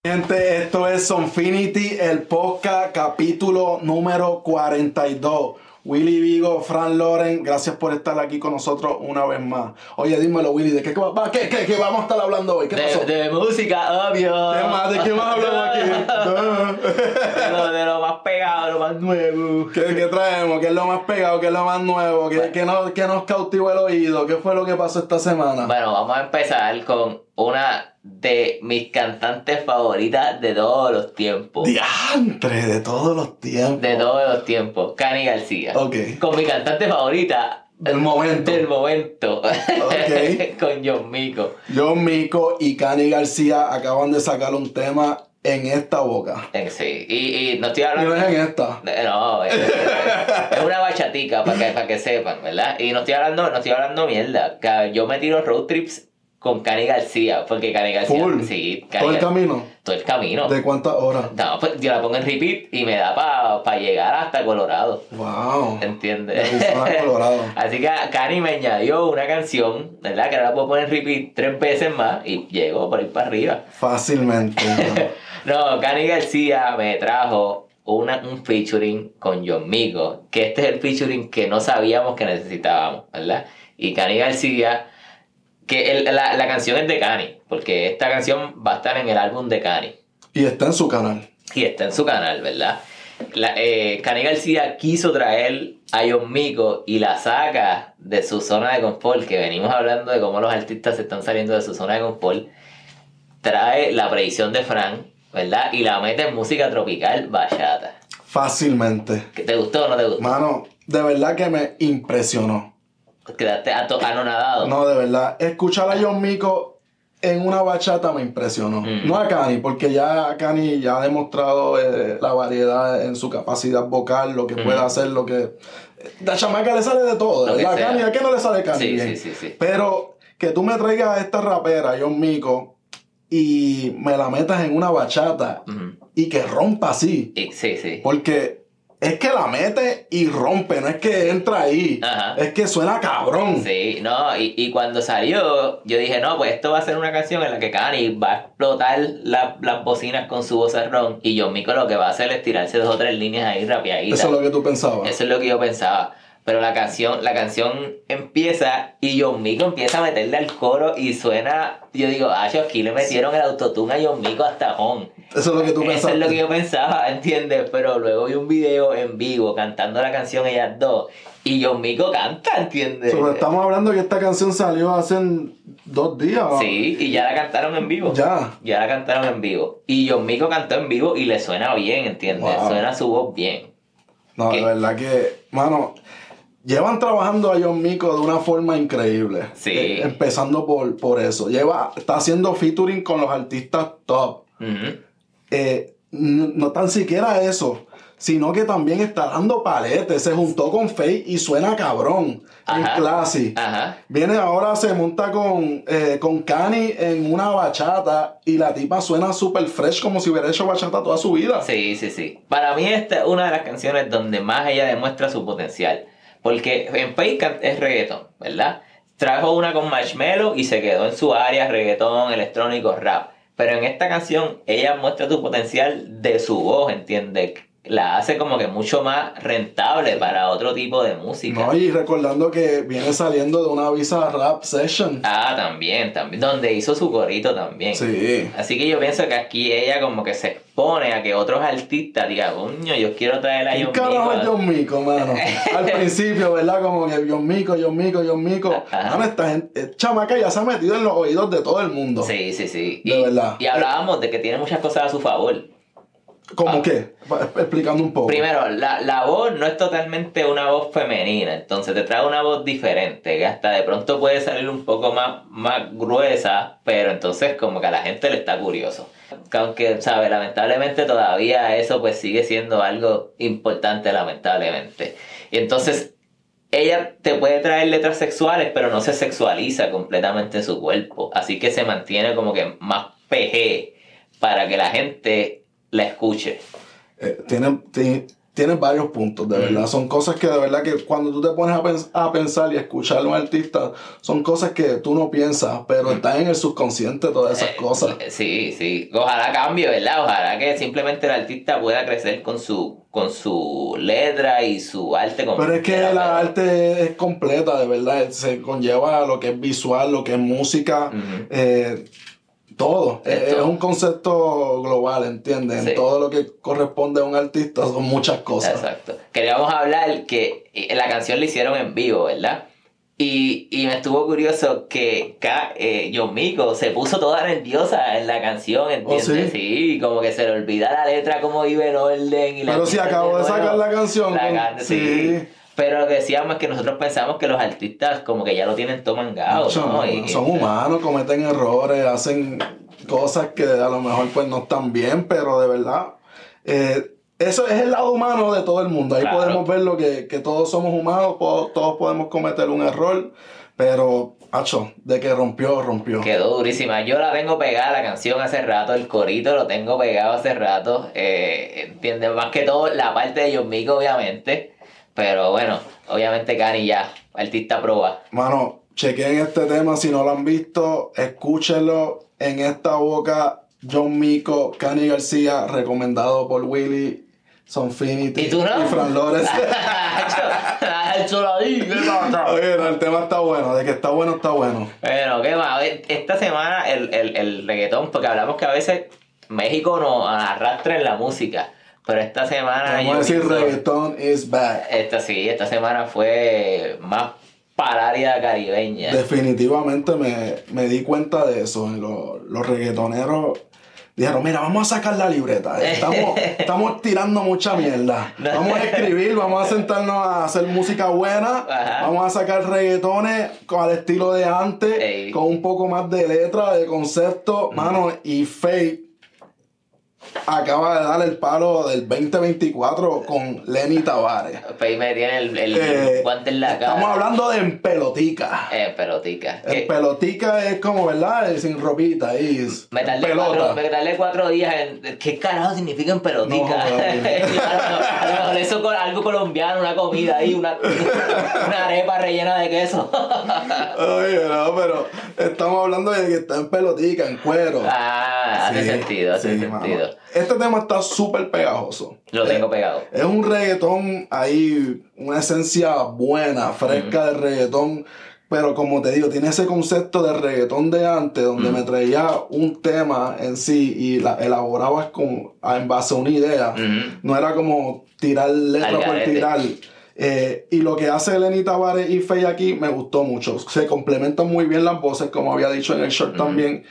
Gente, esto es Sonfinity, el podcast, capítulo número 42. Willy Vigo, Fran Loren, gracias por estar aquí con nosotros una vez más. Oye, dímelo, Willy, ¿de qué vamos a estar hablando hoy? ¿Qué pasó? De música, obvio. ¿De qué más hablamos aquí? de lo más pegado, lo más nuevo. ¿Qué traemos? ¿Qué es lo más pegado? ¿Qué es lo más nuevo? ¿Qué nos cautivó el oído? ¿Qué fue lo que pasó esta semana? Bueno, vamos a empezar con una de mis cantantes favoritas de todos los tiempos. ¡Diantre! De todos los tiempos. De todos los tiempos, Cani García. Ok. Con mi cantante favorita Del momento. Ok. Con John Mico. John Mico y Cani García acaban de sacar un tema en esta boca. Sí, y no estoy hablando... No es en esta. No, es una bachatica para que sepan, ¿verdad? Y no estoy hablando mierda. Yo me tiro road trips con Cani García, porque Cani García... Full. Sí, ¿Todo el camino? Todo el camino. ¿De cuántas horas? No, pues yo la pongo en repeat y me da para llegar hasta Colorado. Wow. ¿Entiendes? De Arizona a Colorado. Así que Cani me añadió una canción, ¿verdad? Que ahora la puedo poner en repeat 3 veces más y llego por ahí para arriba. Fácilmente. No, Cani García me trajo un featuring con John Mico, que este es el featuring que no sabíamos que necesitábamos, ¿verdad? Y Cani García, que la canción es de Cani, porque esta canción va a estar en el álbum de Cani. Y está en su canal. Y está en su canal, ¿verdad? Cani García quiso traer a John Mico y la saca de su zona de confort, que venimos hablando de cómo los artistas se están saliendo de su zona de confort. Trae la predicción de Fran, ¿verdad? Y la mete en música tropical bachata. Fácilmente. ¿Te gustó o no te gustó? Mano, de verdad que me impresionó. Quedaste anonadado. No, de verdad. Escuchar a John Mico en una bachata me impresionó. No a Cani, porque ya Cani ya ha demostrado la variedad en su capacidad vocal, lo que puede hacer, lo que... La chamaca le sale de todo, Lo que ¿verdad? sea. Cani, ¿a qué no le sale Cani? Sí, Bien. sí. Pero que tú me traigas a esta rapera, John Mico, y me la metas en una bachata y que rompa así. Sí. Porque es que la mete y rompe, no es que entra ahí. Ajá. Es que suena cabrón. Sí, no, y cuando salió, yo dije, no, pues esto va a ser una canción en la que Cani va a explotar las bocinas con su vozarrón y John Mico lo que va a hacer es tirarse 2 o 3 líneas ahí rapiaditas. Eso es lo que tú pensabas. Eso es lo que yo pensaba. Pero la canción empieza y John Mico empieza a meterle al coro y suena... Yo digo, aquí le metieron el autotune a John Mico hasta home. Eso es lo que tú pensaste. Eso es lo que yo pensaba, ¿entiendes? Pero luego vi un video en vivo cantando la canción ellas dos y John Mico canta, ¿entiendes? Estamos hablando que esta canción salió hace 2 días. ¿no? Sí, y ya la cantaron en vivo. Ya la cantaron en vivo. Y John Mico cantó en vivo y le suena bien, ¿entiendes? Wow. Suena su voz bien. No, de verdad que, mano, llevan trabajando a John Mico de una forma increíble. Sí. Empezando por eso. Está haciendo featuring con los artistas top. No tan siquiera eso, sino que también está dando paletes. Se juntó con Faye y suena cabrón. En Classy. Viene ahora, se monta con Cani en una bachata y la tipa suena super fresh como si hubiera hecho bachata toda su vida. Sí. Para mí esta es una de las canciones donde más ella demuestra su potencial. Porque en Faye es reggaetón, ¿verdad? Trajo una con Marshmello y se quedó en su área reggaetón, electrónico, rap. Pero en esta canción ella muestra tu potencial de su voz, ¿entiendes? La hace como que mucho más rentable para otro tipo de música. No, y recordando que viene saliendo de una Visa Rap Session. También, donde hizo su corito también. Sí. Así que yo pienso que aquí ella como que se expone a que otros artistas digan, coño, yo quiero traer a John Mico. ¿Qué carajo es John Mico, mano? Al principio, ¿verdad? Como que John Mico. Mano, esta gente, chamaca ya se ha metido en los oídos de todo el mundo. Sí. De verdad. Y hablábamos de que tiene muchas cosas a su favor. ¿Cómo qué? Explicando un poco. Primero, la voz no es totalmente una voz femenina, entonces te trae una voz diferente, que hasta de pronto puede salir un poco más gruesa, pero entonces como que a la gente le está curioso. Aunque, ¿sabes? Lamentablemente todavía eso pues sigue siendo algo importante, lamentablemente. Y entonces ella te puede traer letras sexuales, pero no se sexualiza completamente en su cuerpo, así que se mantiene como que más PG para que la gente la escuche. tienes varios puntos, de verdad. Son cosas que de verdad que cuando tú te pones a pensar y a escuchar a un artista, son cosas que tú no piensas, pero están en el subconsciente todas esas cosas. Sí, sí. Ojalá cambie, ¿verdad? Ojalá que simplemente el artista pueda crecer con su letra y su arte completa. Pero es que la arte es completa, de verdad. Se conlleva lo que es visual, lo que es música, todo. Es un concepto global, ¿entiendes? Sí. En todo lo que corresponde a un artista son muchas cosas. Exacto. Queríamos hablar que la canción la hicieron en vivo, ¿verdad? Y me estuvo curioso que John Mico se puso toda nerviosa en la canción, ¿entiendes? ¿Oh, sí? Sí, como que se le olvida la letra, cómo iba en orden. Y pero si acabo de sacar la canción. Sí. Pero lo que decíamos es que nosotros pensamos que los artistas como que ya lo tienen todo mangado, ¿no? Son humanos, cometen errores, hacen cosas que a lo mejor pues no están bien, pero de verdad... eso es el lado humano de todo el mundo. Ahí podemos ver lo que todos somos humanos, todos podemos cometer un error, pero, de que rompió. Quedó durísima. Yo la tengo pegada, la canción hace rato, el corito lo tengo pegado hace rato. ¿Entiendes? Más que todo la parte de John Mico, obviamente. Pero bueno, obviamente Kanye ya, artista proba. Mano, chequen este tema, si no lo han visto, escúchenlo. En esta boca, John Mico, Kanye García, recomendado por Willy, Sonfinity y Fran Lores. Oye, no, el tema está bueno, de que está bueno, está bueno. Bueno, ¿qué más? Esta semana el reggaetón, porque hablamos que a veces México nos arrastra en la música. Pero esta semana... Vamos a decir reggaetón is back. Esta semana fue más para área caribeña. Definitivamente me di cuenta de eso. Los reggaetoneros dijeron, mira, vamos a sacar la libreta. Estamos tirando mucha mierda. Vamos a escribir, vamos a sentarnos a hacer música buena. Ajá. Vamos a sacar reggaetones al estilo de antes, ey, con un poco más de letra, de concepto. Mano, y Faye acaba de dar el palo del 2024 con Lenny Tavares. Faye me tiene el guante en la cara. Estamos hablando de En Pelotica. En Pelotica. En Pelotica es como, ¿verdad? Sin ropita. Ahí me tardé 4 días en... ¿Qué carajo significa En Pelotica? No, eso con algo colombiano, una comida ahí, una arepa rellena de queso. Oye, no, pero estamos hablando de que está en pelotica, en cuero. Hace sentido. Mano. Este tema está súper pegajoso. Lo tengo pegado. Es un reggaetón ahí, una esencia buena, fresca de reggaetón. Pero como te digo, tiene ese concepto de reggaetón de antes, donde me traía un tema en sí y la elaborabas en base a una idea. No era como tirar letra por tirar. Y lo que hace Lenny Tavares y Faye aquí me gustó mucho. Se complementan muy bien las voces, como había dicho en el short también.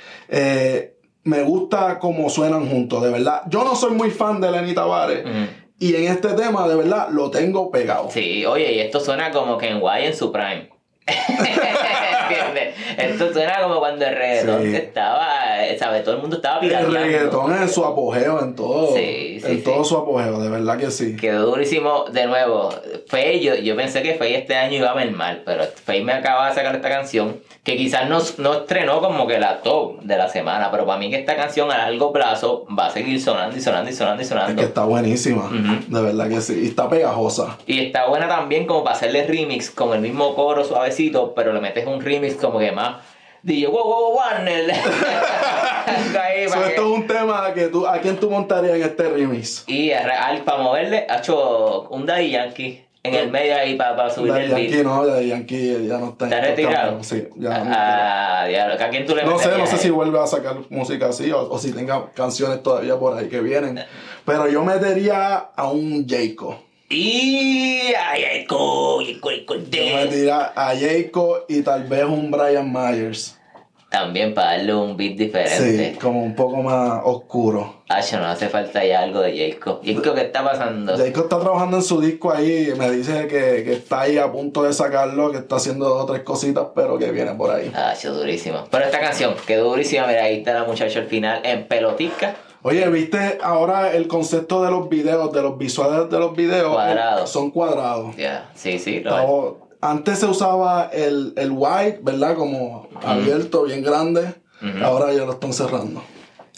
Me gusta cómo suenan juntos, de verdad. Yo no soy muy fan de Lenny Tavares. Y en este tema, de verdad, lo tengo pegado. Sí, oye, y esto suena como Kenway en su prime. ¿Entiendes? Esto suena como cuando el reggaetón estaba, ¿sabes? Todo el mundo estaba pirateando. El reggaetón en su apogeo, en todo. Todo su apogeo, de verdad que sí. Quedó durísimo. De nuevo, Faye, yo pensé que Faye este año iba a mermar, pero Faye me acaba de sacar esta canción que quizás no estrenó como que la top de la semana, pero para mí que esta canción a largo plazo va a seguir sonando y sonando. Es que está buenísima, de verdad que sí. Y está pegajosa. Y está buena también como para hacerle remix con el mismo coro suavecito, pero le metes un remix como que más DJ Warner. Esto es un tema que ¿a quién tú montarías en este remix? Y para moverle, ha hecho un Daddy Yankee en el medio ahí para subir el beat. Daddy Yankee ya no está. ¿Está retirado? Sí, ya no. ¿A quién tú le No sé si vuelve a sacar música así o si tenga canciones todavía por ahí que vienen. Pero yo metería a un Jayco. Y a Jayco. Yo metería a Jayco y tal vez un Brian Myers. También para darle un beat diferente. Sí, como un poco más oscuro. No hace falta ya algo de Jayco. Jayco, ¿qué está pasando? Jayco está trabajando en su disco ahí. Me dice que está ahí a punto de sacarlo, que está haciendo 2 o 3 cositas, pero que viene por ahí. Durísimo. Pero esta canción quedó durísima. Mira, ahí está la muchacha al final en Pelotica. Oye, ¿viste ahora el concepto de los videos, de los visuales de los videos? Cuadrados. Son cuadrados. Ya, sí. Antes se usaba el white, ¿verdad? Como abierto, bien grande. Ahora ya lo están cerrando.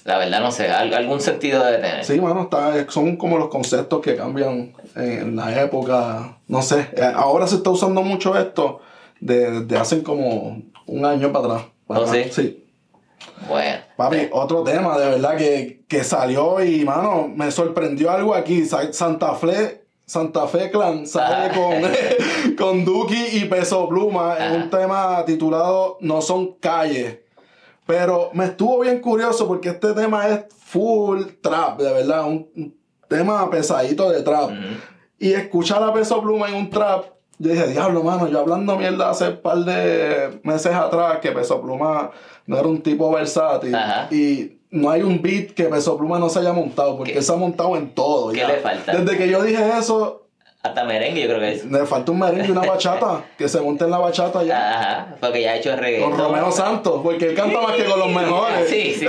La verdad no sé, algún sentido debe tener. Sí, mano, son como los conceptos que cambian en la época. No sé, ahora se está usando mucho esto desde hace como un año para atrás. ¿Oh, sí? Sí. Bueno. Papi, otro tema de verdad que salió y, mano, me sorprendió algo aquí. Santa Fe Clan sale con Duki y Peso Pluma en un tema titulado No Son Calles. Pero me estuvo bien curioso porque este tema es full trap, de verdad, un tema pesadito de trap. Y escuchar a Peso Pluma en un trap, yo dije, diablo, mano, yo hablando mierda hace un par de meses atrás que Peso Pluma no era un tipo versátil. Y no hay un beat que Peso Pluma no se haya montado, porque él se ha montado en todo. ¿Qué le falta? Desde que yo dije eso... Hasta merengue yo creo que es. Le falta un merengue y una bachata, que se monte en la bachata ya. Ajá, porque ya ha hecho reggaetón. Con Romeo Santos, porque él canta más que con los mejores. Sí.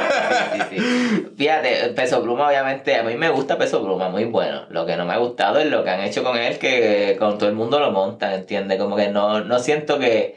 Fíjate, Peso Pluma obviamente, a mí me gusta Peso Pluma, muy bueno. Lo que no me ha gustado es lo que han hecho con él, que con todo el mundo lo montan, ¿entiendes? Como que no siento que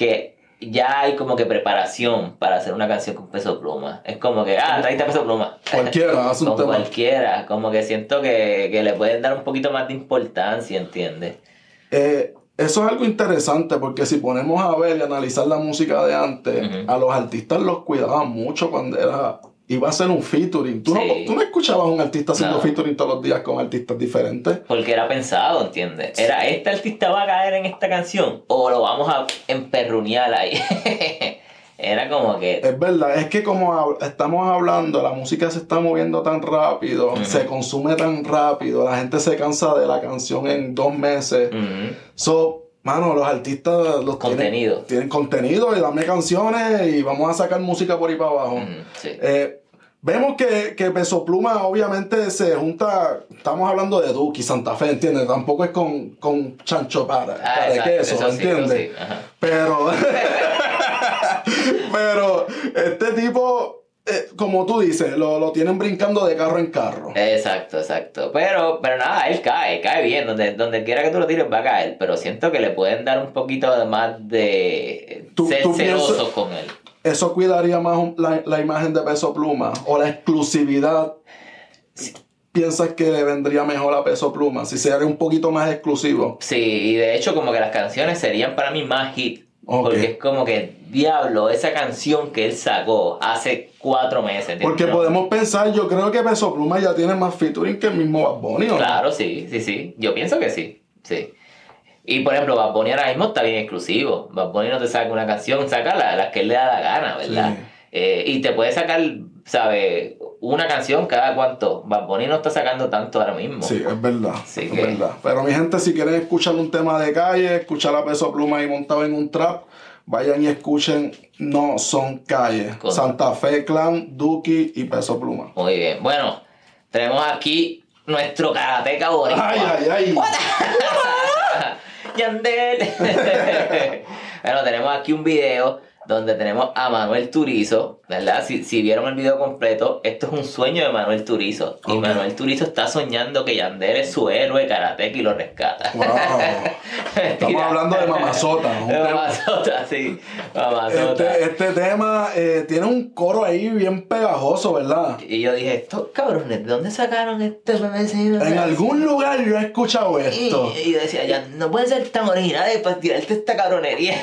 ya hay como que preparación para hacer una canción con Peso Pluma. Es como que, traíste a Peso Pluma. Cualquiera, hace un tema. Cualquiera, como que siento que le pueden dar un poquito más de importancia, ¿entiendes? Eso es algo interesante porque si ponemos a ver y analizar la música de antes, a los artistas los cuidaban mucho cuando iba a ser un featuring. ¿Tú no escuchabas a un artista haciendo featuring todos los días con artistas diferentes? Porque era pensado, ¿entiendes? Era, ¿este artista va a caer en esta canción? ¿O lo vamos a emperrunear ahí? Era como que... Es verdad, es que como estamos hablando, la música se está moviendo tan rápido, se consume tan rápido, la gente se cansa de la canción en 2 meses. Mano, los artistas tienen contenido y dame canciones y vamos a sacar música por ahí para abajo. Vemos que Peso Pluma obviamente se junta, estamos hablando de Duki, Santa Fe, ¿entiendes? Tampoco es con Chancho para de queso, ¿entiendes? Pero este tipo, como tú dices, lo tienen brincando de carro en carro. Exacto. Pero nada, él cae bien. Donde quiera que tú lo tires va a caer. Pero siento que le pueden dar un poquito más de ser celosos con él. ¿Eso cuidaría más la imagen de Peso Pluma? ¿O la exclusividad? Sí. ¿Piensas que le vendría mejor a Peso Pluma si se haría un poquito más exclusivo? Sí, y de hecho como que las canciones serían para mí más hit. Porque es como que, diablo, esa canción que él sacó hace 4 meses. Porque podemos pensar, yo creo que Peso Pluma ya tiene más featuring que el mismo Bad Bunny, ¿no? Claro, sí. Yo pienso que sí. Y por ejemplo, Bad Bunny ahora mismo está bien exclusivo. Bad Bunny no te saca una canción, saca las que él le da la gana, ¿verdad? Sí. Y te puede sacar, ¿sabes? Una canción cada cuánto. Bad Bunny no está sacando tanto ahora mismo. Sí, es verdad. Verdad. Pero mi gente, si quieren escuchar un tema de calle, escuchar a Peso Pluma ahí montado en un trap, vayan y escuchen No Son Calles. Santa Fe Clan, Duki y Peso Pluma. Muy bien. Bueno, tenemos aquí nuestro karateca boricua. ¡Ay! Yandel. Bueno, tenemos aquí un video donde tenemos a Manuel Turizo, ¿verdad? Si vieron el video completo, esto es un sueño de Manuel Turizo. Y Manuel Turizo está soñando que Yandel es su héroe karateca y lo rescata. Wow. Estamos hablando de Mamazota. Mamazota, sí. Mamazota. Este tema tiene un coro ahí bien pegajoso, ¿verdad? Y yo dije, estos cabrones, ¿de dónde sacaron este? En algún lugar yo he escuchado esto. Y yo decía, ya no pueden ser tan originales para tirarte esta cabronería.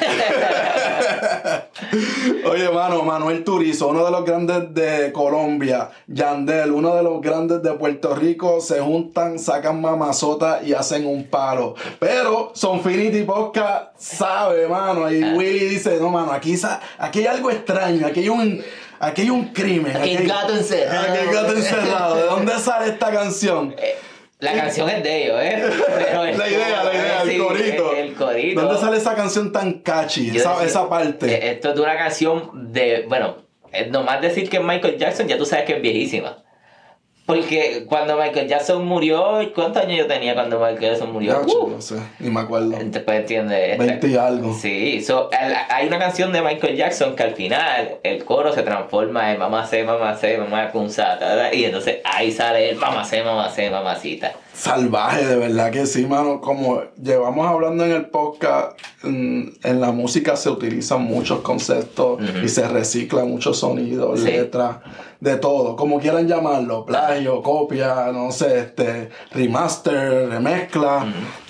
Oye, Manuel Turizo, uno de los grandes de Colombia, Yandel, uno de los grandes de Puerto Rico, se juntan, sacan Mamazota y hacen un palo. Pero Sonfinity Podcast sabe, mano, y Willy dice, no, mano, aquí hay algo extraño, aquí hay un crimen. Aquí hay gato encerrado. Aquí hay gato encerrado. ¿De dónde sale esta canción? La canción es de ellos, Pero la idea, el corito. El corito. ¿Dónde sale esa canción tan catchy? Esa parte. Esto es de una canción de... Bueno, nomás decir que es Michael Jackson, ya tú sabes que es viejísima. Porque cuando Michael Jackson murió, ¿cuántos años yo tenía cuando Michael Jackson murió? No sé, ni me acuerdo. Después entiende. 20 y algo. Sí, hay una canción de Michael Jackson que al final el coro se transforma en mamá sé, mamá punzata, y entonces ahí sale el mamá sé, mamacita. Salvaje, de verdad que sí, mano. Como llevamos hablando en el podcast, en la música se utilizan muchos conceptos y se reciclan muchos sonidos, letras, de todo, como quieran llamarlo, plagio, copia, no sé, remaster, remezcla,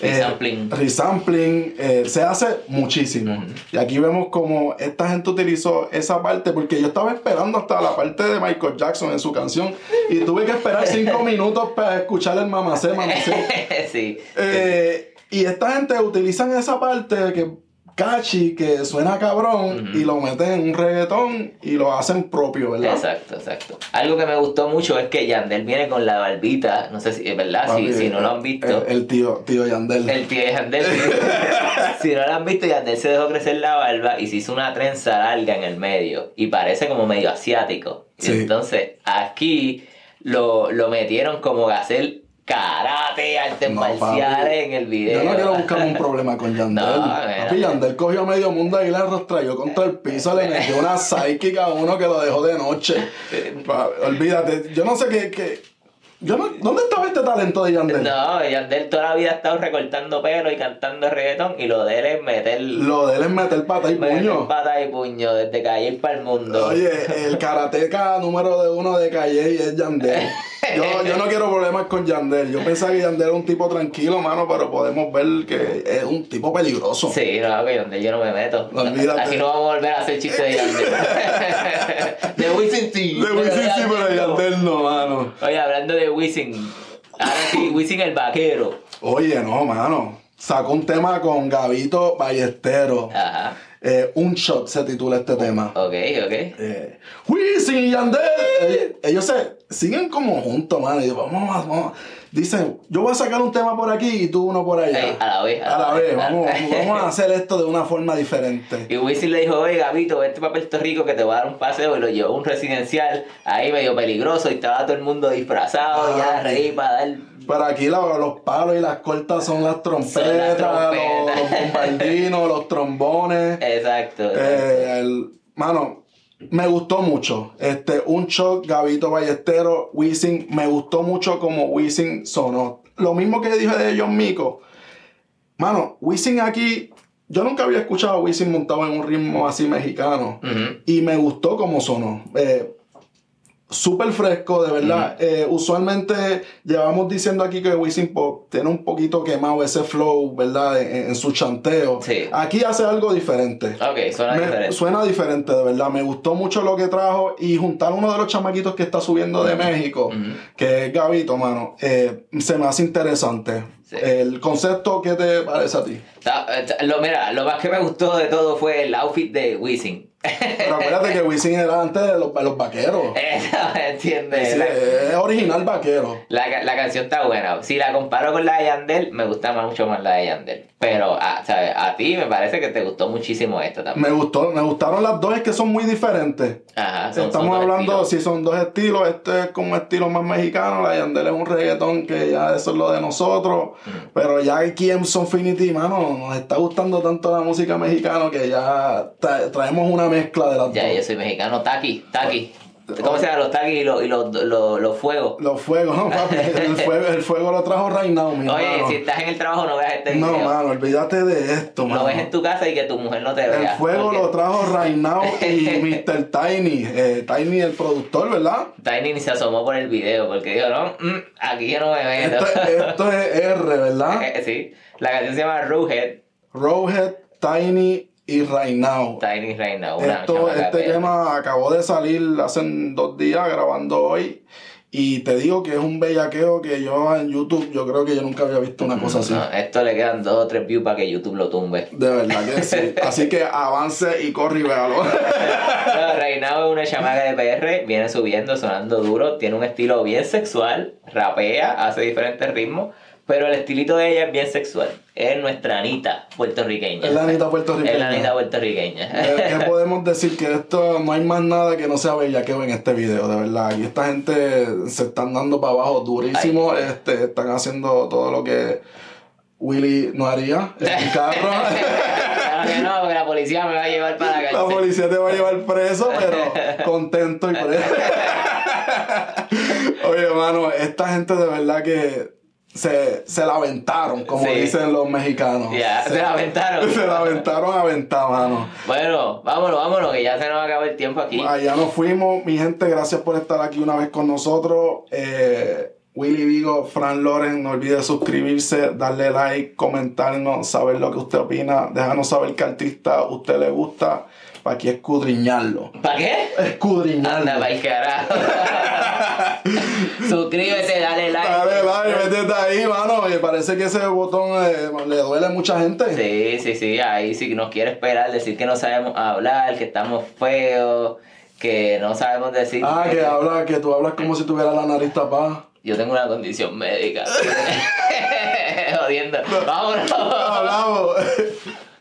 resampling, se hace muchísimo. Y aquí vemos como esta gente utilizó esa parte, porque yo estaba esperando hasta la parte de Michael Jackson en su canción y tuve que esperar 5 minutos para escuchar el mamacé. Sí. Y esta gente utilizan esa parte que catchy, que suena cabrón, y lo meten en un reggaetón y lo hacen propio, ¿verdad? Exacto. Algo que me gustó mucho es que Yandel viene con la barbita, no sé si es verdad, si no lo han visto. El tío Yandel. El tío Yandel. Si no lo han visto, Yandel se dejó crecer la barba y se hizo una trenza larga en el medio y parece como medio asiático. Sí. Y entonces aquí lo metieron como Gacel karate, artes marciales en el video. Yo no quiero buscarme un problema con Yandel. Papi, Yandel cogió a medio mundo y le arrastró contra el piso, le metió una psychic a uno que lo dejó de noche. Olvídate, yo no sé qué ¿dónde estaba este talento de Yandel? No, Yandel toda la vida ha estado recortando pelo y cantando reggaetón, y lo de él es meter... pata y puño. Pata y puño, desde Calle para el mundo. Oye, el karateca número 1 de Calle es Yandel. Yo no quiero problemas con Yandel. Yo pensaba que Yandel era un tipo tranquilo, mano, pero podemos ver que es un tipo peligroso. Sí, no, que Yandel yo no me meto. Olvídate. Aquí no vamos a volver a hacer chistes de Yandel. De Wisin sí. De Wisin sí, pero de Yandel no, mano. Oye, hablando de Wisin, ahora sí, Wisin el vaquero. Oye, no, mano. Sacó un tema con Gabito Ballesteros. Ajá. Un Shot se titula este tema. Ok. Wisin y Yandel. Ellos se siguen como juntos, mano. Y vamos. Dicen, yo voy a sacar un tema por aquí y tú uno por allá. A la vez. Vamos a hacer esto de una forma diferente. Y Wisin le dijo, oye, Gabito, vete para Puerto Rico que te voy a dar un paseo. Y lo llevó a un residencial ahí medio peligroso y estaba todo el mundo disfrazado, ya reí para dar... Pero aquí los palos y las cortas son las trompetas, los bombardinos, los trombones. Exacto. Mano, me gustó mucho. Un Shot, Gabito Ballesteros, Wisin. Me gustó mucho como Wisin sonó. Lo mismo que dije de John Mico. Mano, Wisin aquí... Yo nunca había escuchado a Wisin montado en un ritmo así mexicano. Y me gustó como sonó. Súper fresco, de verdad. Usualmente llevamos diciendo aquí que Wisin Pop tiene un poquito quemado ese flow, ¿verdad? En su chanteo. Sí. Aquí hace algo diferente. Ok, diferente. Suena diferente, de verdad. Me gustó mucho lo que trajo y juntar uno de los chamaquitos que está subiendo de México, que es Gabito, mano, se me hace interesante. Sí. El concepto, ¿qué te parece a ti? Mira, lo más que me gustó de todo fue el outfit de Wisin. Pero acuérdate que Wisin era antes de los vaqueros. ¿Entiendes? Sí, es original vaquero. La canción está buena. Si la comparo con la de Yandel, me gusta mucho más la de Yandel. Pero, ¿sabes? A ti me parece que te gustó muchísimo esta también. Me gustaron las dos, es que son muy diferentes. Ajá, estamos hablando, si son dos estilos, este es como un estilo más mexicano, la de Yandel es un reggaetón que ya eso es lo de nosotros. Pero ya aquí en Sonfinity, mano, nos está gustando tanto la música mexicana que ya traemos una mezcla de las dos. Ya, yo soy mexicano, taqui. ¿Cómo se llaman los taquis y los fuegos? Los fuegos, no, papi. El fuego lo trajo Right Now, mi Oye, hermano. si estás en el trabajo, no veas este video. No, mano, olvídate de esto, mano. Lo ves en tu casa y que tu mujer no te vea. El fuego lo trajo Right Now y Mr. Tiny. Tiny, el productor, ¿verdad? Tiny ni se asomó por el video porque dijo, no, aquí yo no me meto. Esto es R, ¿verdad? Sí. La canción se llama Rowhead, Tiny y Right Now. Este tema acabó de salir hace 2 días, grabando hoy. Y te digo que es un bellaqueo que yo en YouTube, yo creo que yo nunca había visto una cosa así. No, esto le quedan 2 o 3 views para que YouTube lo tumbe. De verdad que sí. Así que avance y corre y véalo. Right Now es una chamaca de PR, viene subiendo, sonando duro, tiene un estilo bien sexual, rapea, hace diferentes ritmos. Pero el estilito de ella es bien sexual. Es nuestra Anita puertorriqueña. Es la Anita puertorriqueña. Es la Anita puertorriqueña. ¿Qué podemos decir? Que esto no hay más nada que no sea bellaqueo en este video, de verdad. Y esta gente se están dando para abajo durísimo. Están haciendo todo lo que Willy no haría en mi carro. Claro que no, porque la policía me va a llevar para la cárcel. La policía te va a llevar preso, pero contento y preso. Oye, hermano, esta gente de verdad que se la aventaron, como dicen los mexicanos. Se la aventaron. Se la aventaron a aventar, mano. Bueno, vámonos, que ya se nos acaba el tiempo aquí. Allá nos fuimos. Mi gente, gracias por estar aquí una vez con nosotros. Willy Vigo, Fran Loren, no olvide suscribirse, darle like, comentarnos, saber lo que usted opina, déjanos saber qué artista a usted le gusta, para aquí escudriñarlo. ¿Para qué? Escudriñarlo. Anda, para el carajo. Suscríbete, dale like. Dale like, métete ahí, mano. Me parece que ese botón le duele a mucha gente. Sí. Ahí si nos quiere esperar, decir que no sabemos hablar, que estamos feos, que no sabemos decir. Que tú hablas como si tuvieras la nariz tapada. Yo tengo una condición médica. Jodiendo. Vámonos. Hablamos.